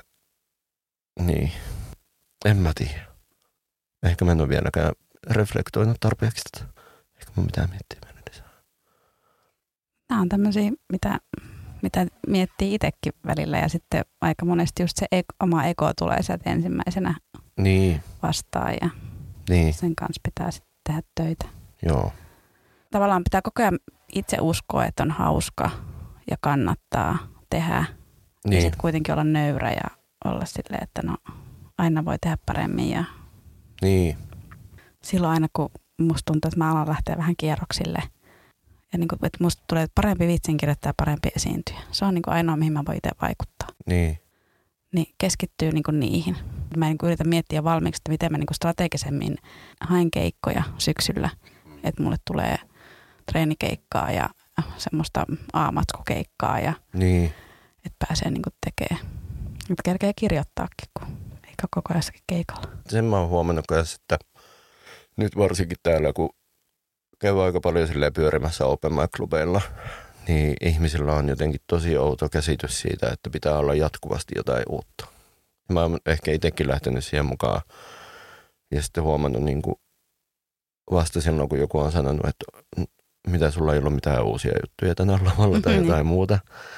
niin, en mä tiedä. Ehkä mä en ole vieläkään reflektoinut tarpeeksi tätä. Ehkä mun pitää miettiä vielä lisää. Nämä on tämmöisiä, mitä... mitä miettii itsekin välillä ja sitten aika monesti just se eko, oma ego tulee sieltä ensimmäisenä niin. vastaan ja niin. sen kanssa pitää sitten tehdä töitä. Joo. Tavallaan pitää koko ajan itse uskoa, että on hauska ja kannattaa tehdä niin. ja sitten kuitenkin olla nöyrä ja olla silleen, että no aina voi tehdä paremmin ja niin. silloin aina kun musta tuntuu, että mä alan lähteä vähän kierroksille ja niin kuin, että musta tulee parempi vitsinkirjoittaja ja parempi esiintyjä. Se on niin kuin ainoa, mihin mä voin itse vaikuttaa. Niin. Niin keskittyy niin kuin niihin. Mä niin yritä miettiä valmiiksi, että miten mä niin strategisemmin haen keikkoja syksyllä. Että mulle tulee treenikeikkaa ja semmoista A-matskukeikkaa ja niin. että pääsee niin tekemään. Että kerkee kirjoittaakin, kun eikä koko ajan keikalla. Sen mä oon huomannut myös, että nyt varsinkin täällä, kun käy aika paljon silleen pyörimässä open mic-klubeilla, niin ihmisillä on jotenkin tosi outo käsitys siitä, että pitää olla jatkuvasti jotain uutta. Mä oon ehkä itsekin lähtenyt siihen mukaan ja sitten huomannut niin kuin vasta silloin, kun joku on sanonut, että mitä sulla ei ollut mitään uusia juttuja tänään lavalla tai jotain mm-hmm. muuta.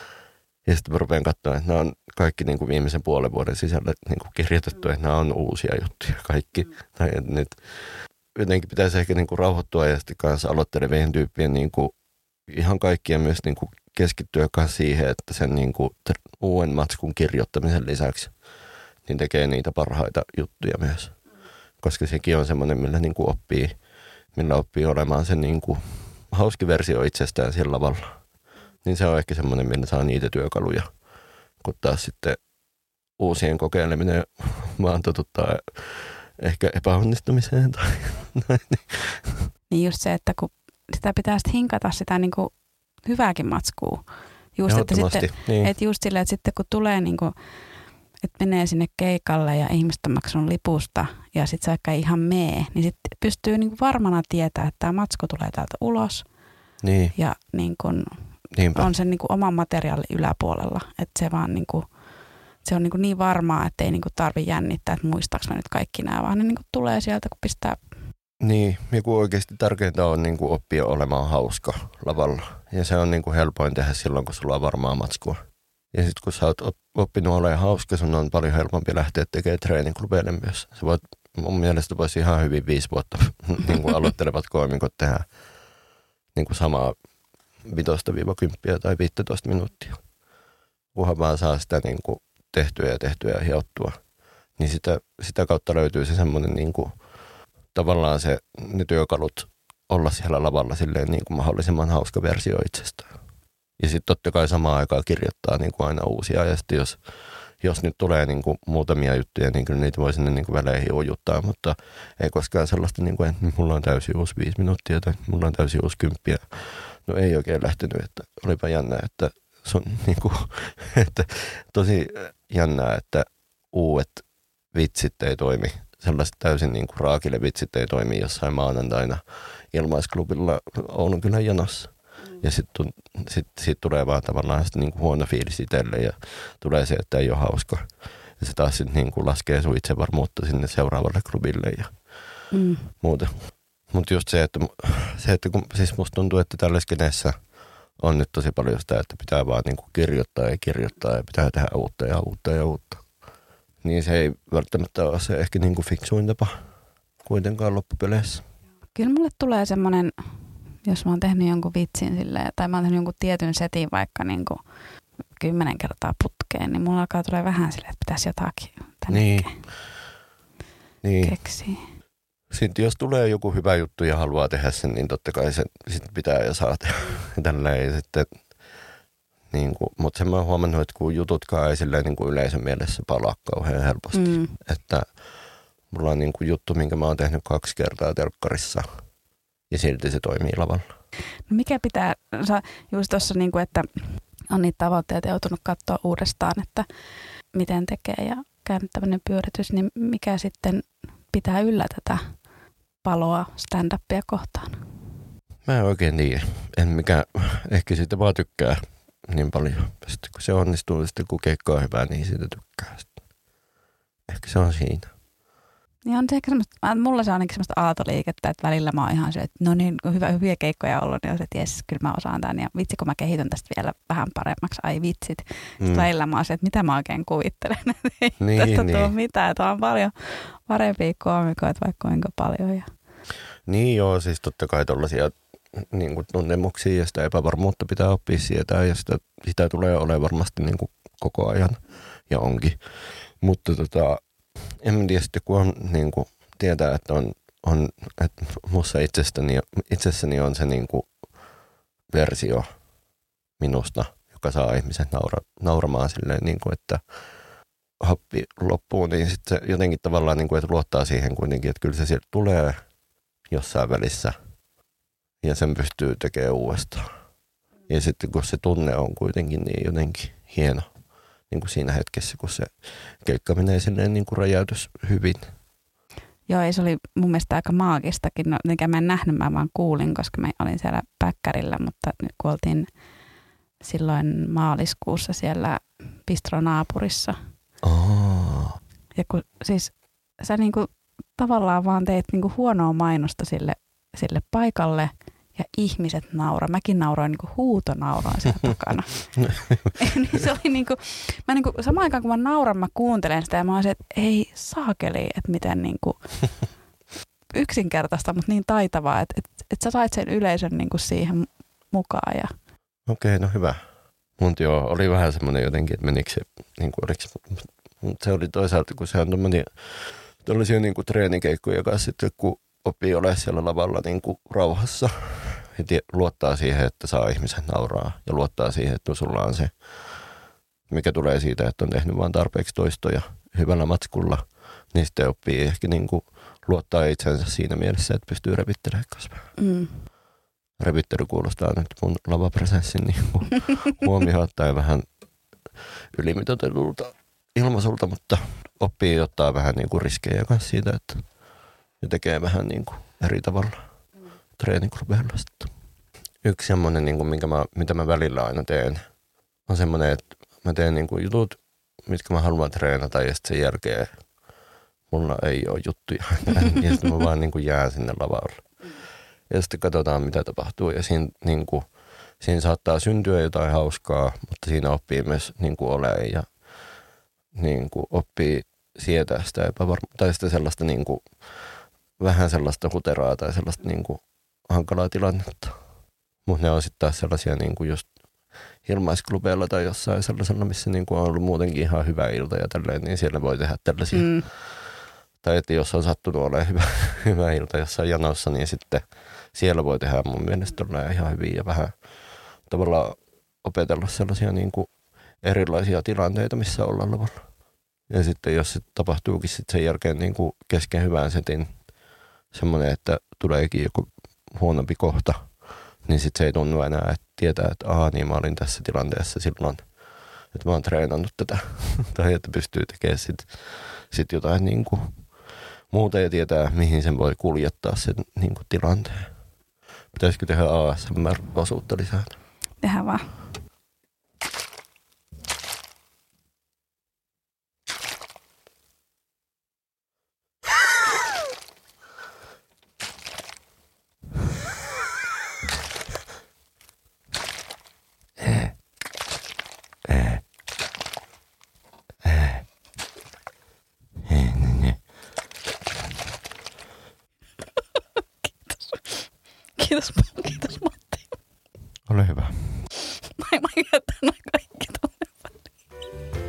Ja sitten mä rupean katsoa, että nämä on kaikki niin kuin viimeisen puolen vuoden sisällä niin kuin kirjoitettu, että nämä on uusia juttuja kaikki. Mm. Tai että nyt jotenkin pitäisi ehkä niin kuin rauhoittua ja sitten kanssa aloittelevien tyyppien niin kuin ihan kaikkien myös niin kuin keskittyä kanssa siihen, että sen niin kuin uuden matskun kirjoittamisen lisäksi niin tekee niitä parhaita juttuja myös. Koska sekin on semmoinen, millä niin kuin oppii, millä oppii olemaan se niin kuin hauski versio itsestään sillä lavalla. Niin se on ehkä semmoinen, millä saa niitä työkaluja, kun taas sitten uusien kokeileminen vaan totuttaa ehkä epäonnistumiseen. Tai näin. Niin just se, että kun sitä pitää sitten hinkata sitä niin kuin hyvääkin matskua. Just, että, sitten, niin. että just sille, että sitten kun tulee niin kuin, että menee sinne keikalle ja ihmiset on maksanut lipusta ja sitten se vaikka ei ihan mee, niin sitten pystyy niin kuin varmana tietää, että tämä matsku tulee täältä ulos. Niin. Ja niin kuin Niinpä. on sen niin kuin oman materiaalin yläpuolella, että se vaan niin kuin, se on niin, kuin niin varmaa, että ei niin kuin tarvitse jännittää, että muistaaks mä nyt kaikki nämä, vaan ne niin kuin tulee sieltä, kun pistää. Niin, ja kun oikeasti tärkeintä on niin kuin oppia olemaan hauska lavalla. Ja se on niin kuin helpoin tehdä silloin, kun sulla on varmaa matskua. Ja sitten kun sä oot oppinut olemaan hauska, sun on paljon helpompi lähteä tekemään treeniklubeille myös. Se voit, mun mielestä voisi ihan hyvin viisi vuotta niin kuin aloittelevat koomikot tehdä niin kuin samaa vitosta viiva kymppiä tai viisitoista minuuttia. Kunhan vaan saa sitä niin kuin tehtyä ja tehtyä ja hiottua. Niin sitä, sitä kautta löytyy se semmoinen niin kuin, tavallaan se, ne työkalut olla siellä lavalla silleen niin kuin mahdollisimman hauska versio itsestään. Ja sitten totta kai samaan aikaan kirjoittaa niin kuin aina uusia. Ja sitten jos, jos nyt tulee niin kuin muutamia juttuja, niin kyllä niitä voi sinne niin kuin väleihin ujuttaa. Mutta ei koskaan sellaista, niin kuin, että mulla on täysin uusi viisi minuuttia tai mulla on täysin uusi kymppiä. No ei oikein lähtenyt, että olipa jännää, että, sun, niin kuin, että tosi jännää, että uudet vitsit ei toimi. Sellaiset täysin niin kuin raakille vitsit ei toimi jossain maanantaina ilmaisklubilla Oulun kylän jonossa. Ja sitten sit, sit tulee vaan tavallaan niin kuin huono fiilis itselle ja tulee se, että ei ole hauska. Ja se taas sitten niin kuin laskee sun itsevarmuutta sinne seuraavalle klubille ja mm. muuta. Mutta just se, että, se, että kun, siis musta tuntuu, että tällä skeneessä on nyt tosi paljon sitä, että pitää vaan niin kuin kirjoittaa ja kirjoittaa ja pitää tehdä uutta ja uutta ja uutta. Niin se ei välttämättä ole se ehkä niin kuin fiksuin tapa kuitenkaan loppupeleissä. Kyllä mulle tulee semmoinen, jos mä oon tehnyt jonkun vitsin silleen, tai mä oon tehnyt jonkun tietyn setin vaikka niin kuin kymmenen kertaa putkeen, niin mulla alkaa tulee vähän silleen, että pitäisi jotakin tännekin niin. niin. keksiä. Sitten jos tulee joku hyvä juttu ja haluaa tehdä sen, niin totta kai se sit pitää ja saa tehdä. Tälleen sitten, niin kuin, mutta sen mä oon huomannut, että kun jututkaan ei silleen niin kuin yleisön mielessä palaa kauhean helposti. Mm. Että mulla on niin kuin juttu, minkä mä oon tehnyt kaksi kertaa telkkarissa ja silti se toimii lavalla. No mikä pitää, just tuossa niin kuin, että on niitä tavoitteita joutunut katsoa uudestaan, että miten tekee ja käynyt tämmöinen pyöritys, niin mikä sitten pitää yllä tätä paloa stand-upia kohtaan? Mä en oikein tiedä. En mikä, ehkä siitä vaan tykkää niin paljon. Sitten kun se onnistuu, sitten kun keikka on hyvä, niin siitä tykkää. Ehkä se on siinä. Niin on se ehkä semmoista, mulla se on ainakin semmoista aaltoliikettä, että välillä mä oon ihan se, että no niin, kun hyvä, hyviä keikkoja on ollut, niin on se, että jes, kyllä mä osaan tämän. Ja vitsi, kun mä kehityn tästä vielä vähän paremmaksi, ai vitsit. Sitten mm. välillä mä oon se, että mitä mä oikein kuvittelen, että ei niin, tästä niin. tule mitään. Että on paljon parempia koomikoita vaikka kuinka paljon. Ja. Niin joo, siis totta kai tollaisia niin kuin tuntemuksia ja sitä epävarmuutta pitää oppia sietää ja sitä, sitä tulee olemaan varmasti niin kuin koko ajan ja onkin. Mutta tota, en tiedä sitten, kun on, niin kuin, tietää, että, on, on, että musta itsestäni, itsessäni on se niin kuin versio minusta, joka saa ihmiset naura, nauramaan silleen, niin kuin, että happi loppuu, niin sitten se jotenkin tavallaan, niin kuin, että luottaa siihen kuitenkin, että kyllä se sieltä tulee jossain välissä ja sen pystyy tekemään uudestaan. Ja sitten kun se tunne on kuitenkin niin jotenkin hieno niin kuin siinä hetkessä, kun se keikka menee silleen niin kuin räjäytys hyvin. Joo, ei se oli mun mielestä aika maagistakin. No, mikä mä en nähnyt, mä vaan kuulin, koska mä olin siellä päkkärillä, mutta nyt kun oltiin silloin maaliskuussa siellä bistronaapurissa. Oh. Ja kun siis sä niinku tavallaan vaan teit niinku huonoa mainosta sille, sille paikalle ja ihmiset nauraa. Mäkin nauroin niinku huutonauroin siellä takana. Niin se oli niinku, mä niinku, samaan aikaan kun mä nauran, mä kuuntelen sitä ja mä olisin, että ei saakeli, että miten niinku yksinkertaista, mutta niin taitavaa, että, että, että sä sait sen yleisön niinku siihen mukaan. Ja... Okei, no hyvä. Mun joo, oli vähän semmoinen jotenkin, että menikö se, niin kuin, oliko, mutta se oli toisaalta, kun se on tuollaisia niin kuin treenikeikkoja kanssa sitten, kun oppii olemaan siellä lavalla niin kuin rauhassa ja tie, luottaa siihen, että saa ihmiset nauraa ja luottaa siihen, että sulla on se, mikä tulee siitä, että on tehnyt vaan tarpeeksi toistoja hyvällä matskulla, niin sitten oppii ehkä niin kuin luottaa itsensä siinä mielessä, että pystyy revittelemään kasvaa. Mm. Revittely kuulostaa nyt mun lavapresenssin niin huomioon ottaen vähän ylimitoitetulta ilmaisulta, mutta oppii ottaa vähän niin kuin riskejä kanssa siitä, että ne tekee vähän niin kuin eri tavalla treeniklubeilla sitten. Yksi semmoinen, niin kuin, minkä mä, mitä mä välillä aina teen, on semmoinen, että mä teen niin kuin jutut, mitkä mä haluan treenata ja sitten sen jälkeen mulla ei ole juttuja. Ja sitten mä vaan niin kuin jään sinne lavalle. Ja sitten katsotaan, mitä tapahtuu. Ja siinä, niin kuin, siinä saattaa syntyä jotain hauskaa, mutta siinä oppii myös niin kuin olemaan ja niin kuin oppii sietää sitä epävarmuutta tai sitä sellaista niin kuin, vähän sellaista huteraa tai sellaista niin kuin hankalaa tilannetta. Mutta ne on sitten taas sellaisia niin kuin just ilmaisklubeilla tai jossain sellaisella, missä niin kuin on ollut muutenkin ihan hyvä ilta ja tälleen, niin siellä voi tehdä tällaisia. Mm. Tai että jos on sattunut olemaan hyvä, hyvä ilta jossain janossa, niin sitten siellä voi tehdä mun mielestä ihan hyvin ja vähän tavallaan opetella sellaisia niin kuin erilaisia tilanteita, missä ollaan lavalla. Ja sitten jos se tapahtuukin sitten sen jälkeen niin kuin kesken hyvän setin semmoinen, että tuleekin joku huonompi kohta, niin sitten se ei tunnu enää, että tietää, että aah niin mä olin tässä tilanteessa silloin, että mä oon treenannut tätä. Tai että pystyy tekemään sitten sit jotain niin kuin muuta ja tietää, mihin sen voi kuljettaa sen niin kuin tilanteen. Pitäisikö tehdä A S M R-osuutta lisää? Tehdään vaan. Kiitos, kiitos Matti. Ole hyvä. Mä, mä jätän nämä kaikki tuonne väliin.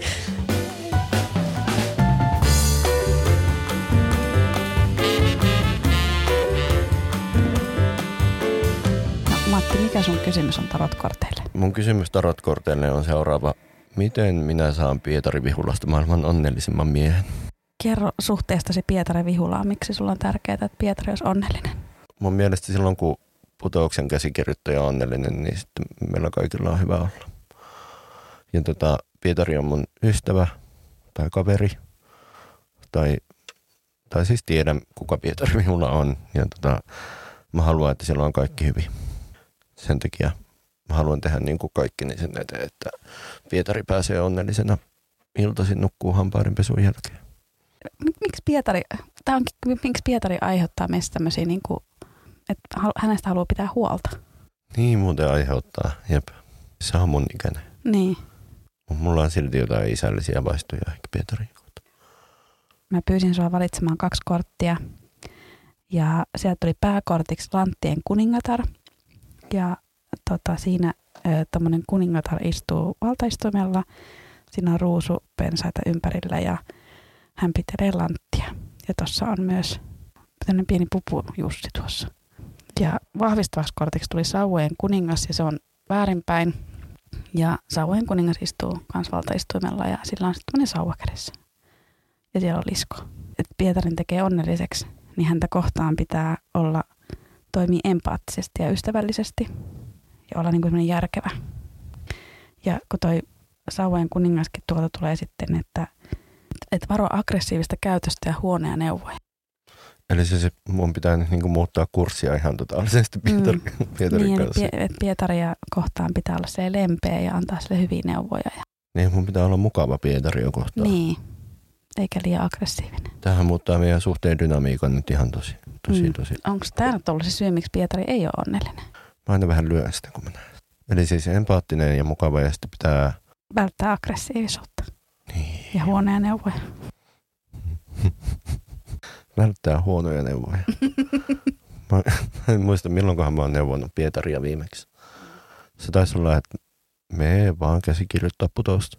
No, Matti, mikä sun kysymys on tarotkorteille? Mun kysymys tarotkorteille on seuraava. Miten minä saan Pietari Vihulasta maailman onnellisimman miehen? Kerro suhteestasi Pietari Vihulaan. Miksi sulla on tärkeää, että Pietari olisi onnellinen? Mun mielestä silloin, kun Putouksen käsikirjoittaja on onnellinen, niin sitten meillä kaikilla on hyvä olla. Ja tota, Pietari on mun ystävä tai kaveri, tai, tai siis tiedän, kuka Pietari Vihula on. Ja tota, mä haluan, että siellä on kaikki hyvin. Sen takia mä haluan tehdä niin kuin kaikki niin sen eteen, että Pietari pääsee onnellisena iltaisin nukkuu hampaidenpesun jälkeen. Miksi Pietari, tää onkin, miksi Pietari aiheuttaa meistä tämmöisiä, niin kuin, että hänestä haluaa pitää huolta? Niin muuten aiheuttaa, jep. Se on mun ikäinen. Niin. Mulla on silti jotain isällisiä vaistoja ehkä Pietarin kautta. Mä pyysin sua valitsemaan kaksi korttia ja sieltä tuli pääkortiksi Lanttien kuningatar. Ja tota, siinä tommonen kuningatar istuu valtaistuimella. Siinä on ruusupensaita ympärillä ja hän pitelee lanttia. Ja tuossa on myös tämmöinen pieni pupu Jussi tuossa. Ja vahvistavaksi kortiksi tuli sauvojen kuningas ja se on väärinpäin. Ja sauvojen kuningas istuu kans valtaistuimella ja sillä on sitten tämmöinen sauva kädessä. Ja siellä on lisko. Että Pietarin tekee onnelliseksi, niin häntä kohtaan pitää olla, toimii empaattisesti ja ystävällisesti ja olla niin kuin semmoinen järkevä. Ja kun toi sauvojen kuningaskin tuolta tulee sitten, että, että varo aggressiivista käytöstä ja huonoja neuvoja. Eli se, se mun pitää nyt niinku muuttaa kurssia ihan totaalisesti Pietari, mm. Pietarin niin, kanssa. Niin, että Pietaria kohtaan pitää olla se lempeä ja antaa sille hyviä neuvoja. Ja... Niin, mun pitää olla mukava Pietaria kohtaan. Niin, eikä liian aggressiivinen. Tämähän muuttaa meidän suhteen dynamiikan nyt ihan tosi, tosi, mm. tosi. Onko tämä nyt ollut se syy, miksi Pietari ei ole onnellinen? Mä aina vähän lyön sitä, kun mä näen. Eli siis empaattinen ja mukava ja sitten pitää... Välttää aggressiivisuutta. Niin. Ja huonoja neuvoja. Välttää huonoja neuvoja. Mä en muista, milloinkohan mä oon neuvonut Pietaria viimeksi. Se taisi olla, että me vaan käsikirjoittaa putousta.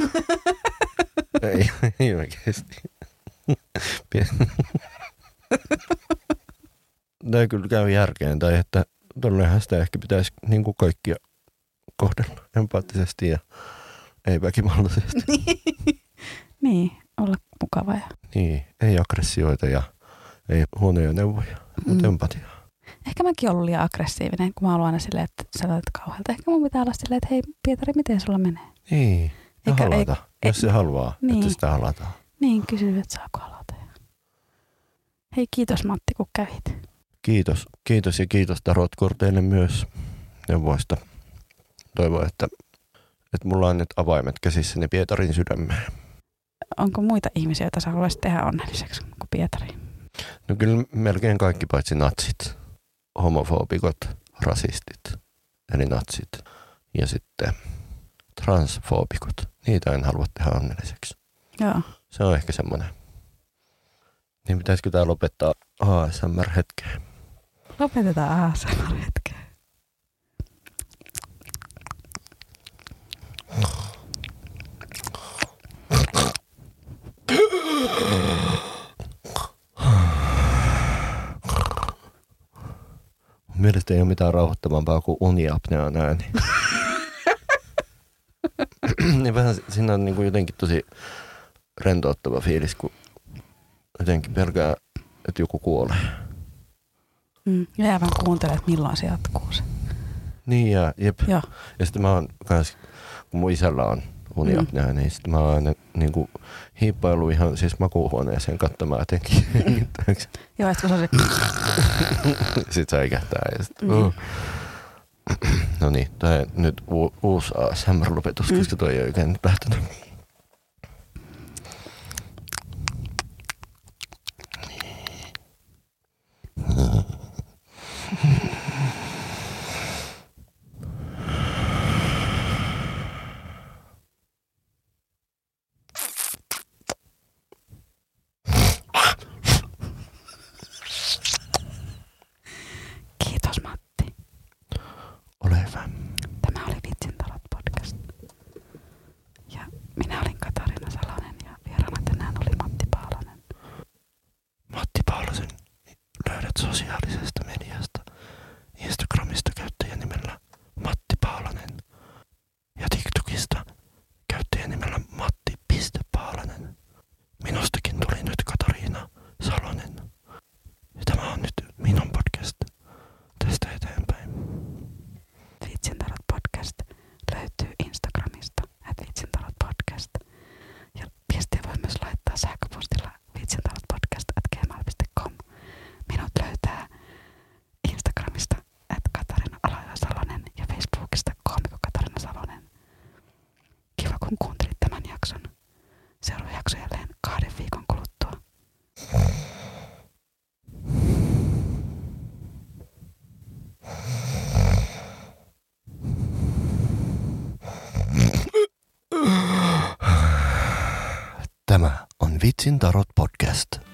ei, ei oikeasti. Tämä kyllä käy järkeen, tai että tolleen sitä ehkä pitäisi niin kuin kaikkia kohdella empaattisesti ja ei väkivaltaisesti. Niin, olla mukava. Ja... Niin, ei aggressioita ja ei huonoja neuvoja, mm. mutta empatiaa. Ehkä mäkin ollut liian aggressiivinen, kun mä haluan aina silleen, että sä olet kauhealta. Ehkä mun pitää olla silleen, että hei Pietari, miten sulla menee? Niin, ja Eikä, halata, ei, jos se haluaa, niin, että sitä halataan. Niin, kysyy, että saako halata. Hei, kiitos Matti, kun kävit. Kiitos, kiitos ja kiitos tarotkorteille myös neuvoista. Toivon, että, että mulla on nyt avaimet käsissäni Pietarin sydämeen. Onko muita ihmisiä, joita sä haluaisit tehdä onnelliseksi kuin Pietari? No kyllä melkein kaikki paitsi natsit, homofobikot, rasistit, eli natsit ja sitten transfoobikot. Niitä en halua tehdä onnelliseksi. Joo. Se on ehkä semmoinen. Niin pitäisikö tää lopettaa A S M R-hetkeen? Lopetetaan A S M R-hetkeen. Mielestäni ei ole mitään rauhoittavampaa kuin uniapnean ääni. Niin vähän siinä on niin kuin jotenkin tosi rentouttava fiilis, kun jotenkin pelkää, että joku kuolee. Mm. Ja jää vaan kuuntelemaan, että milloin se jatkuu se. Niin ja jep. Joo. Ja sitten mä oon kans, kun mun isällä on uniapnea, mm. niin sitten mä oon aina niin kuin hiippailu ihan siis makuuhuoneeseen katsomaan jotenkin. Joo, että kun se on se... Sitten se ikähtää ja sitten... Mm. Uh. No niin, tämä on nyt u- uusi A S M R-lopetus, mm. koska toi ei oikein nyt lähtenyt. Kiitos Matti. Ole hyvä. Tämä oli Vitsin talot podcast. Ja minä olin Katariina Salonen ja vieraana tänään oli Matti Paalonen. Matti Paalosen löydät sosiaalisesta mediasta Instagramista käyttäjänimellä Matti Paalonen ja TikTokista käyttäjänimellä Matti.Paalonen. Minustakin tuli nyt Katariina Salonen. Ja tämä on nyt minun podcast tästä eteenpäin. Vitsin talot podcast löytyy Instagramista at Vitsin talot podcast. Ja viestiä voi myös laittaa sähköpostilla vitsintalotpodcast at gmail piste com. Minut löytää Instagramista at Katariina Salonen ja Facebookista koomikko Katariina Salonen. Kiva kun kuuntelit tämän jakson. Seuraava jakso jälleen kahden viikon kuluttua. Tämä on Vitsin tarot podcast.